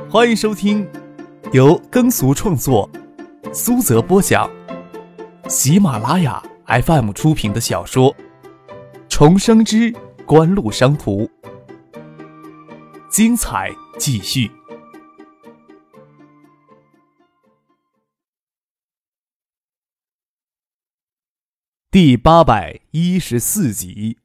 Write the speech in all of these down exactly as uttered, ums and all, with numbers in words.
欢迎收听由耕俗创作、苏泽播讲、喜马拉雅 F M 出品的小说《重生之官路商途》，精彩继续。第八百一十四集。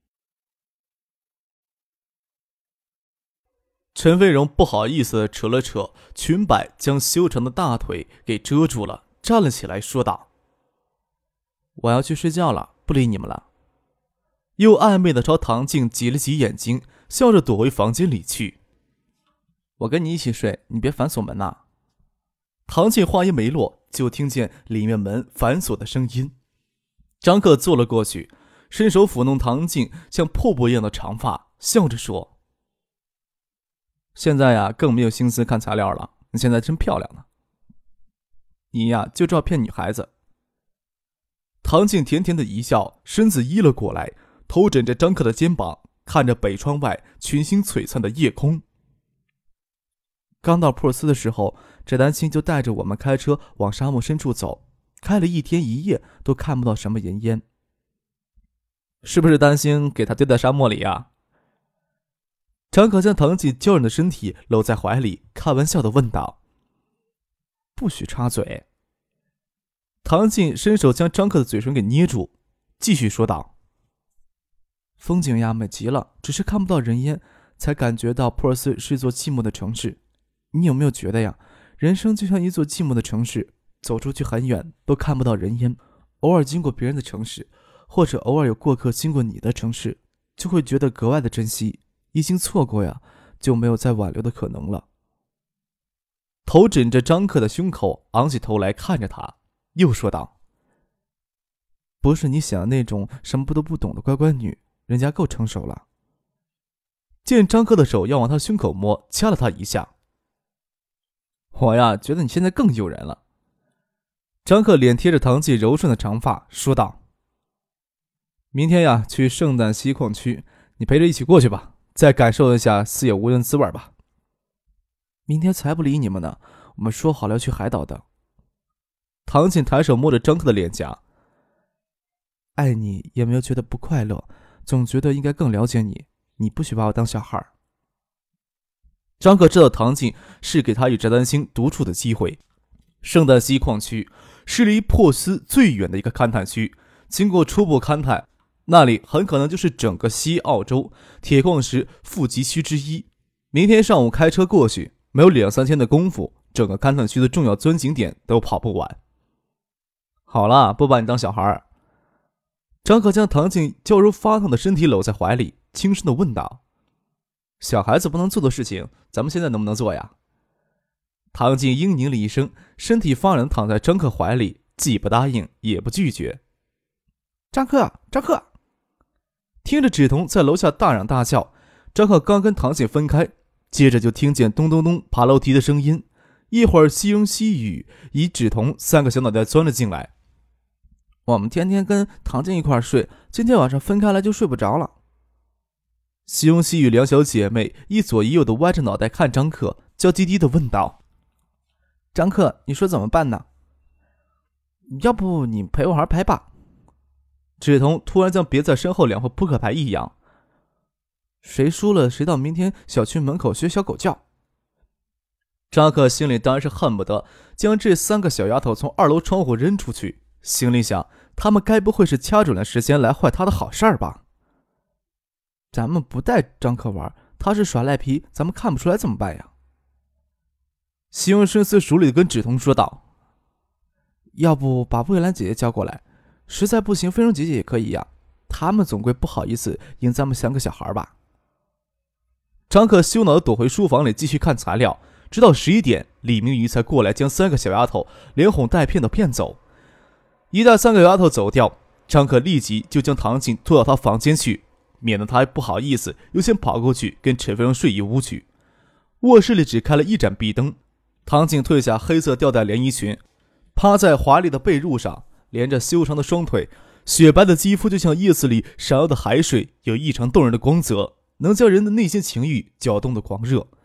陈飞荣不好意思地扯了扯裙摆，将修长的大腿给遮住了，站了起来说道：我要去睡觉了，不理你们了。又暧昧地朝唐静挤了挤眼睛，笑着躲回房间里去。我跟你一起睡，你别反锁门呐。唐静话音没落，就听见里面门反锁的声音。张克坐了过去，伸手抚弄唐静像瀑布一样的长发，笑着说：现在呀，更没有心思看材料了，你现在真漂亮呢。你呀，就知道骗女孩子。唐静甜甜的一笑，身子依了过来，头枕着张克的肩膀，看着北窗外群星璀璨的夜空。刚到珀斯的时候，翟丹青就带着我们开车往沙漠深处走，开了一天一夜都看不到什么人烟。是不是担心给他丢在沙漠里呀？张可将唐静娇软的身体搂在怀里，开玩笑地问道：不许插嘴。唐静伸手将张克的嘴唇给捏住，继续说道：风景呀美极了，只是看不到人烟，才感觉到珀斯是一座寂寞的城市。你有没有觉得呀，人生就像一座寂寞的城市，走出去很远都看不到人烟，偶尔经过别人的城市，或者偶尔有过客经过你的城市，就会觉得格外的珍惜，一经错过呀，就没有再挽留的可能了。头枕着张克的胸口，昂起头来看着他，又说道：不是你想的那种什么都不懂的乖乖女，人家够成熟了。见张克的手要往他胸口摸，掐了他一下。我呀，觉得你现在更诱人了。张克脸贴着唐静柔顺的长发说道：明天呀，去圣诞溪矿区，你陪着一起过去吧，再感受一下四野无人滋味吧。明天才不理你们呢，我们说好了要去海岛的。唐静抬手摸着张克的脸颊。爱你也没有觉得不快乐，总觉得应该更了解你，你不许把我当小孩。张克知道唐静是给他与翟丹青独处的机会。圣诞溪矿区是离珀斯最远的一个勘探区，经过初步勘探，那里很可能就是整个西澳洲铁矿石富集区之一。明天上午开车过去，没有两三天的功夫，整个勘探区的重要钻景点都跑不完。好了，不把你当小孩。张可将唐静娇柔发烫的身体搂在怀里，轻声地问道：小孩子不能做的事情，咱们现在能不能做呀？唐静嘤咛了一声，身体发软躺在张克怀里，既不答应也不拒绝。张克，张克！听着芷彤在楼下大嚷大叫，张克刚跟唐静分开，接着就听见咚咚咚爬楼梯的声音，一会儿西荣西雨以芷彤三个小脑袋钻了进来。我们天天跟唐静一块睡，今天晚上分开来就睡不着了。西荣西雨两小姐妹一左一右的歪着脑袋看张克，娇滴滴的问道：张克，你说怎么办呢？要不你陪我玩牌吧。芷彤突然将别在身后两副扑克牌一扬，谁输了谁到明天小区门口学小狗叫。张克心里当然是恨不得将这三个小丫头从二楼窗户扔出去，心里想，他们该不会是掐准了时间来坏他的好事儿吧？咱们不带张克玩，他是耍赖皮，咱们看不出来怎么办呀？西荣深思熟虑地跟芷彤说道：要不把蔚蓝姐姐叫过来，实在不行飞荣姐姐也可以呀，他们总归不好意思赢咱们三个小孩吧。张克羞恼地躲回书房里继续看材料，直到十一点，李明宇才过来将三个小丫头连哄带骗的骗走。一待三个丫头走掉，张克立即就将唐静拖到他房间去，免得他还不好意思又先跑过去跟陈飞荣睡一屋去。卧室里只开了一盏壁灯，唐静褪下黑色吊带连衣裙，趴在华丽的被褥上，连着修长的双腿，雪白的肌肤就像夜色里闪耀的海水，有异常动人的光泽，能将人的内心情欲搅动的狂热。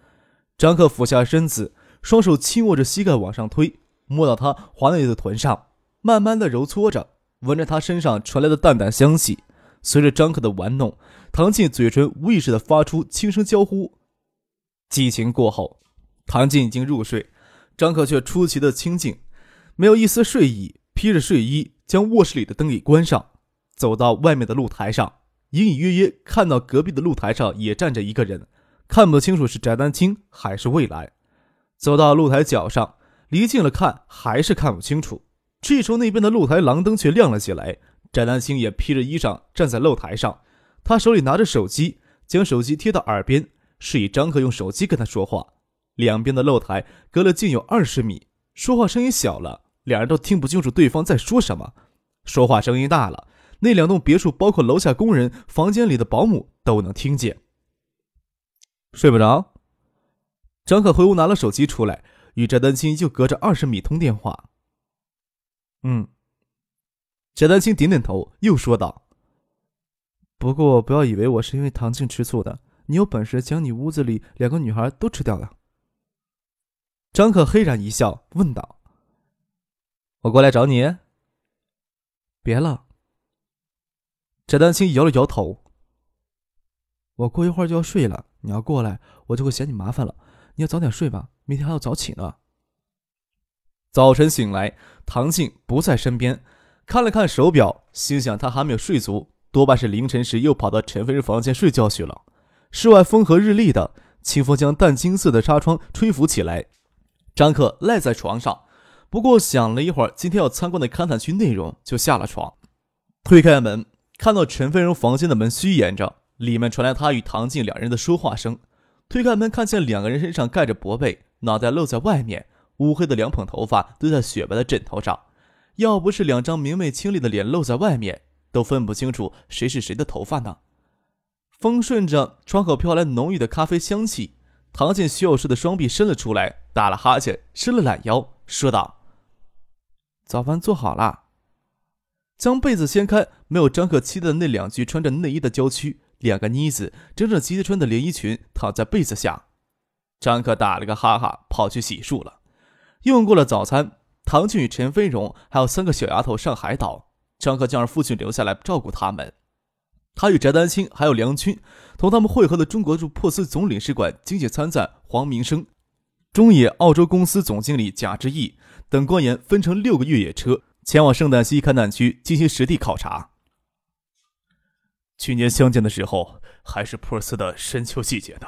张克俯下身子，双手轻握着膝盖往上推，摸到他滑嫩的臀上，慢慢的揉搓着，闻着他身上传来的淡淡香气。随着张克的玩弄，唐静嘴唇无意识地发出轻声娇呼。激情过后，唐静已经入睡，张克却出奇的清静，没有一丝睡意，披着睡衣将卧室里的灯给关上，走到外面的露台上，隐隐约约看到隔壁的露台上也站着一个人，看不清楚是翟丹青还是魏来。走到露台角上，离近了看还是看不清楚，这时候那边的露台廊灯却亮了起来，翟丹青也披着衣裳站在露台上，他手里拿着手机，将手机贴到耳边，示意张克用手机跟他说话。两边的露台隔了近有二十米，说话声音小了，两人都听不清楚对方在说什么。说话声音大了，那两栋别墅包括楼下工人房间里的保姆都能听见。睡不着？张克回屋拿了手机出来，与翟丹青就隔着二十米通电话。嗯。翟丹青点点头，又说道：不过不要以为我是因为唐静吃醋的，你有本事将你屋子里两个女孩都吃掉了。张克嘿然一笑，问道：我过来找你？别了。翟丹青摇了摇头。我过一会儿就要睡了，你要过来我就会嫌你麻烦了，你要早点睡吧，明天还要早起呢。早晨醒来，唐静不在身边，看了看手表，心想他还没有睡足，多半是凌晨时又跑到陈飞人房间睡觉去了。室外风和日丽的，清风将淡金色的纱窗吹拂起来。张克赖在床上，不过想了一会儿今天要参观的勘探区内容，就下了床。推开门，看到陈飞荣房间的门虚掩着，里面传来他与唐静两人的说话声。推开门，看见两个人身上盖着薄被，脑袋露在外面，乌黑的两捧头发堆在雪白的枕头上，要不是两张明媚清丽的脸露在外面，都分不清楚谁是谁的头发呢。风顺着窗口飘来浓郁的咖啡香气，唐静虚有时的双臂伸了出来，打了哈欠，伸了懒腰，说道：早饭做好了。将被子掀开，没有张克期待的那两具穿着内衣的娇躯，两个妮子整整齐齐穿的连衣裙躺在被子下。张克打了个哈哈，跑去洗漱了。用过了早餐，唐静与陈飞荣还有三个小丫头上海岛，张克将让父亲留下来照顾他们。他与翟丹青还有梁军同他们会合的中国驻珀斯总领事馆经济参赞黄明生、中野澳洲公司总经理贾之义等官员分成六个越野车，前往圣诞西勘探区进行实地考察。去年相见的时候，还是珀斯的深秋季节呢。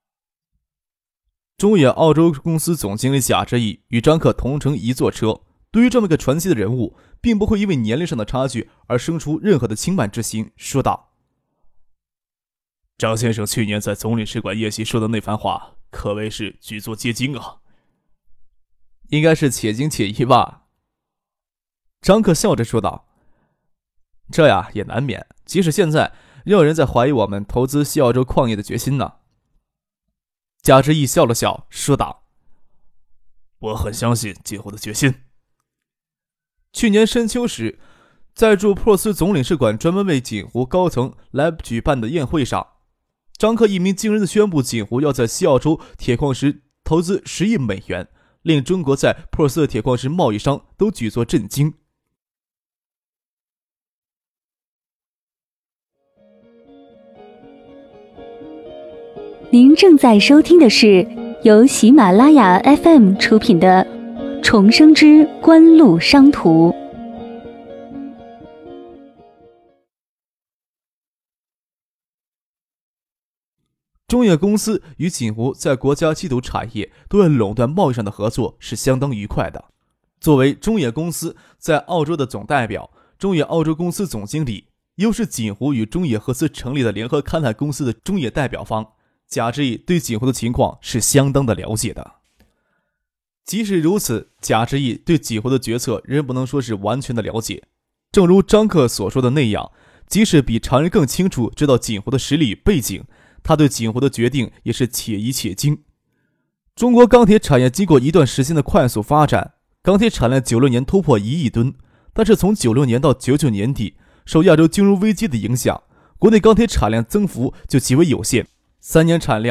中野澳洲公司总经理贾之义与张克同乘一座车，对于这么个传奇的人物，并不会因为年龄上的差距而生出任何的轻慢之心，说道：张先生去年在总领事馆宴席说的那番话，可谓是举足皆惊啊。应该是且惊且疑吧。张克笑着说道：这呀也难免，即使现在仍有人在怀疑我们投资西澳洲矿业的决心呢。贾之义笑了笑，说道：我很相信今后的决心。去年深秋时，在驻珀斯总领事馆专门为锦湖高层来举办的宴会上，张克一鸣惊人的宣布锦湖要在西澳洲铁矿石投资十亿美元，令中国在珀斯的铁矿石贸易商都举作震惊。 您正在收听的是由喜马拉雅 F M 出品的《重生之官路商途》。 中冶公司与锦湖在国家稀土产业对外垄断贸易上的合作是相当愉快的。作为中冶公司在澳洲的总代表，中冶澳洲公司总经理，又是锦湖与中冶合资成立的联合勘探公司的中冶代表方，贾之义对锦湖的情况是相当的了解的。即使如此，贾之义对锦湖的决策仍不能说是完全的了解。正如张克所说的那样，即使比常人更清楚知道锦湖的实力与背景，他对锦湖的决定也是且疑且惊。中国钢铁产业经过一段时间的快速发展，钢铁产量九六年突破一亿吨，但是从九六年到九九年底，受亚洲金融危机的影响，国内钢铁产量增幅就极为有限。三年产量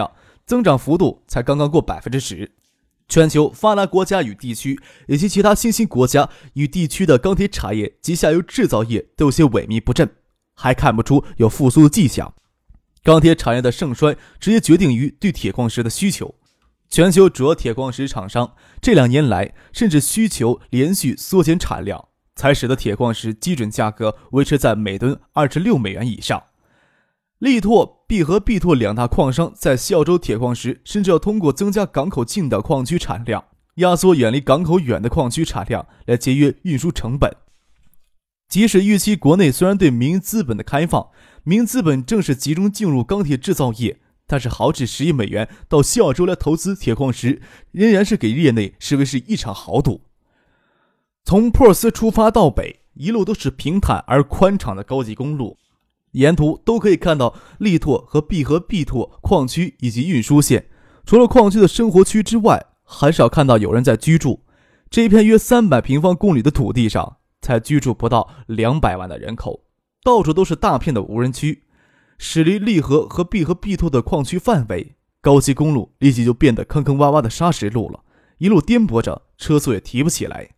增长幅度才刚刚过百分之十。全球发达国家与地区以及其他新兴国家与地区的钢铁产业及下游制造业都有些萎靡不振，还看不出有复苏的迹象。钢铁产业的盛衰直接决定于对铁矿石的需求。全球主要铁矿石厂商这两年来甚至需求连续缩减产量，才使得铁矿石基准价格维持在每吨二十六美元以上。力拓、必和必拓两大矿商在西澳洲铁矿石甚至要通过增加港口近的矿区产量，压缩远离港口远的矿区产量来节约运输成本。即使预期国内虽然对民营资本的开放，民营资本正式集中进入钢铁制造业，但是豪掷十亿美元到西澳洲来投资铁矿石，仍然是给业内视为是一场豪赌。从珀斯出发到北，一路都是平坦而宽敞的高级公路，沿途都可以看到力拓和必和必拓矿区以及运输线。除了矿区的生活区之外，很少看到有人在居住。这一片约三百平方公里的土地上，才居住不到两百万的人口，到处都是大片的无人区。驶离力和和必和必拓的矿区范围，高级公路立即就变得坑坑洼洼的砂石路了，一路颠簸着，车速也提不起来。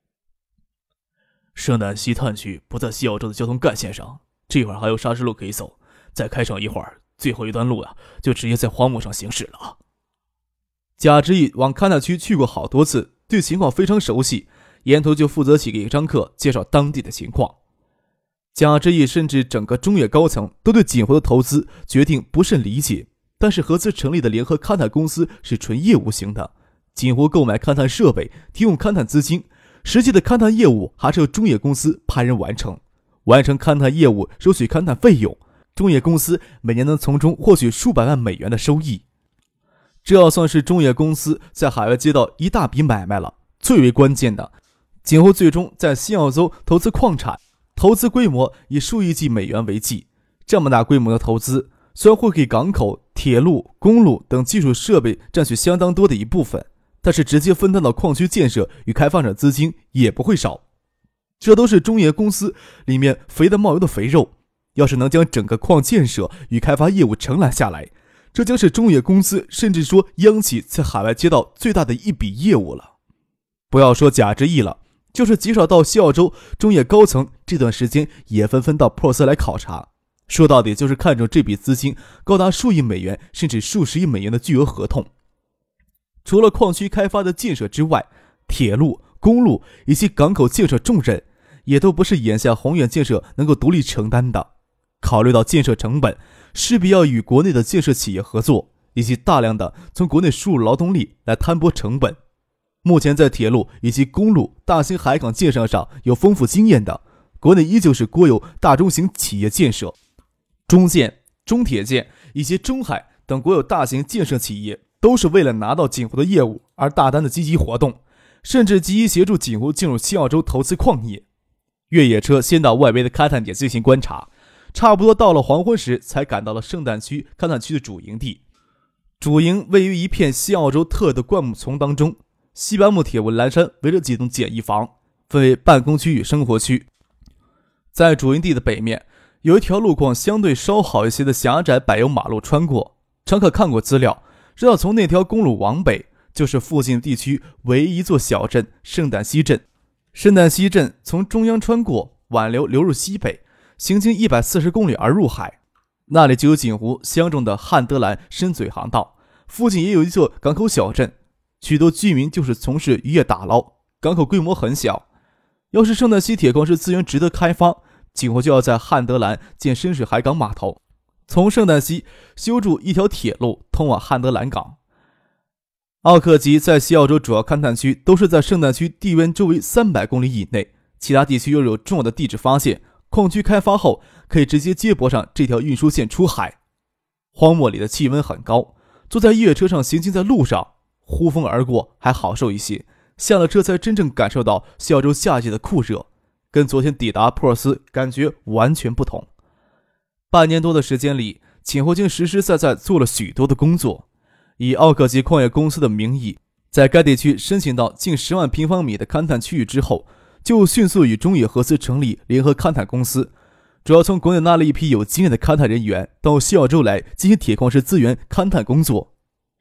圣诞西探区不在西澳洲的交通干线上，这会儿还有砂石路可以走，再开上一会儿，最后一段路啊，就直接在荒漠上行驶了。贾之义往勘探区去过好多次，对情况非常熟悉，沿途就负责起给张克介绍当地的情况。贾之义甚至整个中越高层都对锦湖的投资决定不甚理解，但是合资成立的联合勘探公司是纯业务型的，锦湖购买勘探设备，提供勘探资金，实际的勘探业务还是由中野公司派人完成，完成勘探业务收取勘探费用，中野公司每年能从中获取数百万美元的收益。这要算是中野公司在海外接到一大笔买卖了。最为关键的，锦湖最终在西澳洲投资矿产，投资规模以数亿计美元为计。这么大规模的投资，虽然会给港口、铁路、公路等基础设备占据相当多的一部分，但是直接分担到矿区建设与开发者资金也不会少。这都是中野公司里面肥得冒油的肥肉，要是能将整个矿建设与开发业务承揽下来，这将是中野公司甚至说央企在海外接到最大的一笔业务了。不要说贾之义了，就是极少到西澳洲，中野高层这段时间也纷纷到珀斯来考察，说到底就是看中这笔资金高达数亿美元甚至数十亿美元的巨额合同。除了矿区开发的建设之外，铁路、公路以及港口建设重任也都不是眼下宏远建设能够独立承担的。考虑到建设成本，势必要与国内的建设企业合作，以及大量的从国内输入劳动力来摊薄成本。目前在铁路以及公路、大型海港建设上有丰富经验的，国内依旧是国有大中型企业建设，中建、中铁建以及中海等国有大型建设企业都是为了拿到锦湖的业务而大胆的积极活动，甚至积极协助锦湖进入西澳洲投资矿业。越野车先到外围的勘探点进行观察，差不多到了黄昏时才赶到了圣诞区勘探区的主营地。主营位于一片西澳洲特的灌木丛当中，西班木铁围栏山围着几栋简易房，分为办公区与生活区。在主营地的北面，有一条路况相对稍好一些的狭窄柏油马路穿过。常可看过资料，知道从那条公路往北，就是附近地区唯一一座小镇圣诞西镇。圣诞西镇从中央穿过，挽流流入西北，行经一百四十公里而入海，那里就有锦湖相中的汉德兰深嘴航道，附近也有一座港口小镇，许多居民就是从事渔业打捞，港口规模很小。要是圣诞西铁矿石资源值得开发，锦湖就要在汉德兰建深水海港码头，从圣诞西修筑一条铁路通往汉德兰港。奥克吉在西澳洲主要勘探区都是在圣诞区地缘周围三百公里以内，其他地区又有重要的地质发现，矿区开发后可以直接接驳上这条运输线出海。荒漠里的气温很高，坐在越野车上行进在路上，呼风而过还好受一些，下了车才真正感受到西澳洲夏季的酷热，跟昨天抵达珀斯感觉完全不同。半年多的时间里，锦湖竟实实在在做了许多的工作，以奥克吉矿业公司的名义，在该地区申请到近十万平方米的勘探区域之后，就迅速与中野合资成立联合勘探公司，主要从国内拉了一批有经验的勘探人员到西澳洲来进行铁矿石资源勘探工作。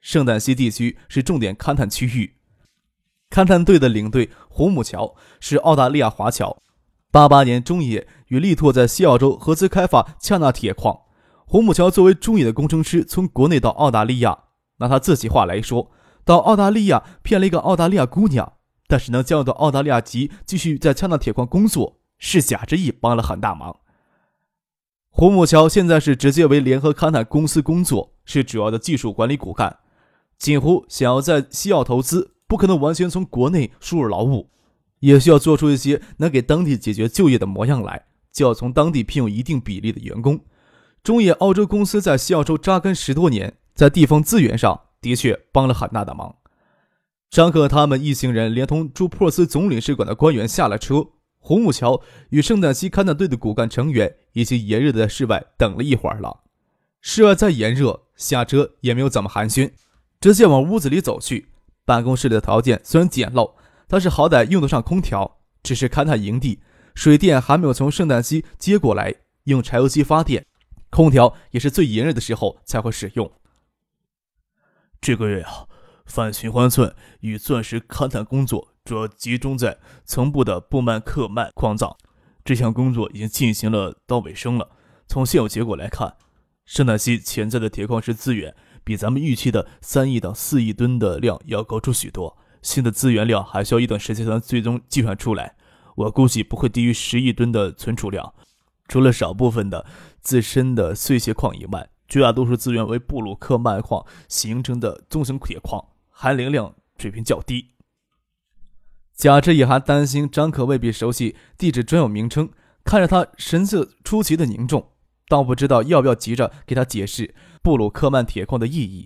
圣旦西地区是重点勘探区域。勘探队的领队胡姆乔是澳大利亚华侨，八八年中野与力拓在西澳洲合资开发恰纳铁矿。胡姆乔作为中野的工程师从国内到澳大利亚，拿他自己话来说，到澳大利亚骗了一个澳大利亚姑娘，但是能交到澳大利亚籍继续在恰纳铁矿工作，是假之意帮了很大忙。胡姆乔现在是直接为联合勘探公司工作，是主要的技术管理骨干。锦湖想要在西澳投资，不可能完全从国内输入劳务，也需要做出一些能给当地解决就业的模样来，就要从当地聘用一定比例的员工。中野澳洲公司在西澳洲扎根十多年，在地方资源上的确帮了很大的忙。张克他们一行人连同驻珀斯总领事馆的官员下了车，胡姆乔与圣诞西勘探队的骨干成员已经炎热的在室外等了一会儿了。室外再炎热，下车也没有怎么寒暄，直接往屋子里走去。办公室里的条件虽然简陋，但是好歹用得上空调，只是勘探营地，水电还没有从圣诞西接过来，用柴油机发电，空调也是最炎热的时候才会使用。 这个月啊，反循环钻与钻石勘探工作主要集中在曾部的布曼克曼矿藏，这项工作已经进行了到尾声了。从现有结果来看，圣诞西潜在的铁矿石资源比咱们预期的三亿到四亿吨的量要高出许多，新的资源量还需要一段时间才能最终计算出来，我估计不会低于十亿吨的存储量。除了少部分的自身的碎屑矿以外，绝大多数资源为布鲁克曼矿形成的中型铁矿，含磷量水平较低。贾志也还担心张可未必熟悉地质专有名称，看着他神色出奇的凝重，倒不知道要不要急着给他解释布鲁克曼铁矿的意义。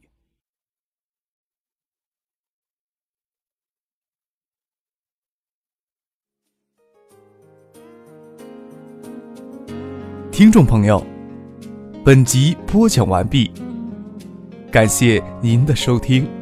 听众朋友，本集播讲完毕，感谢您的收听。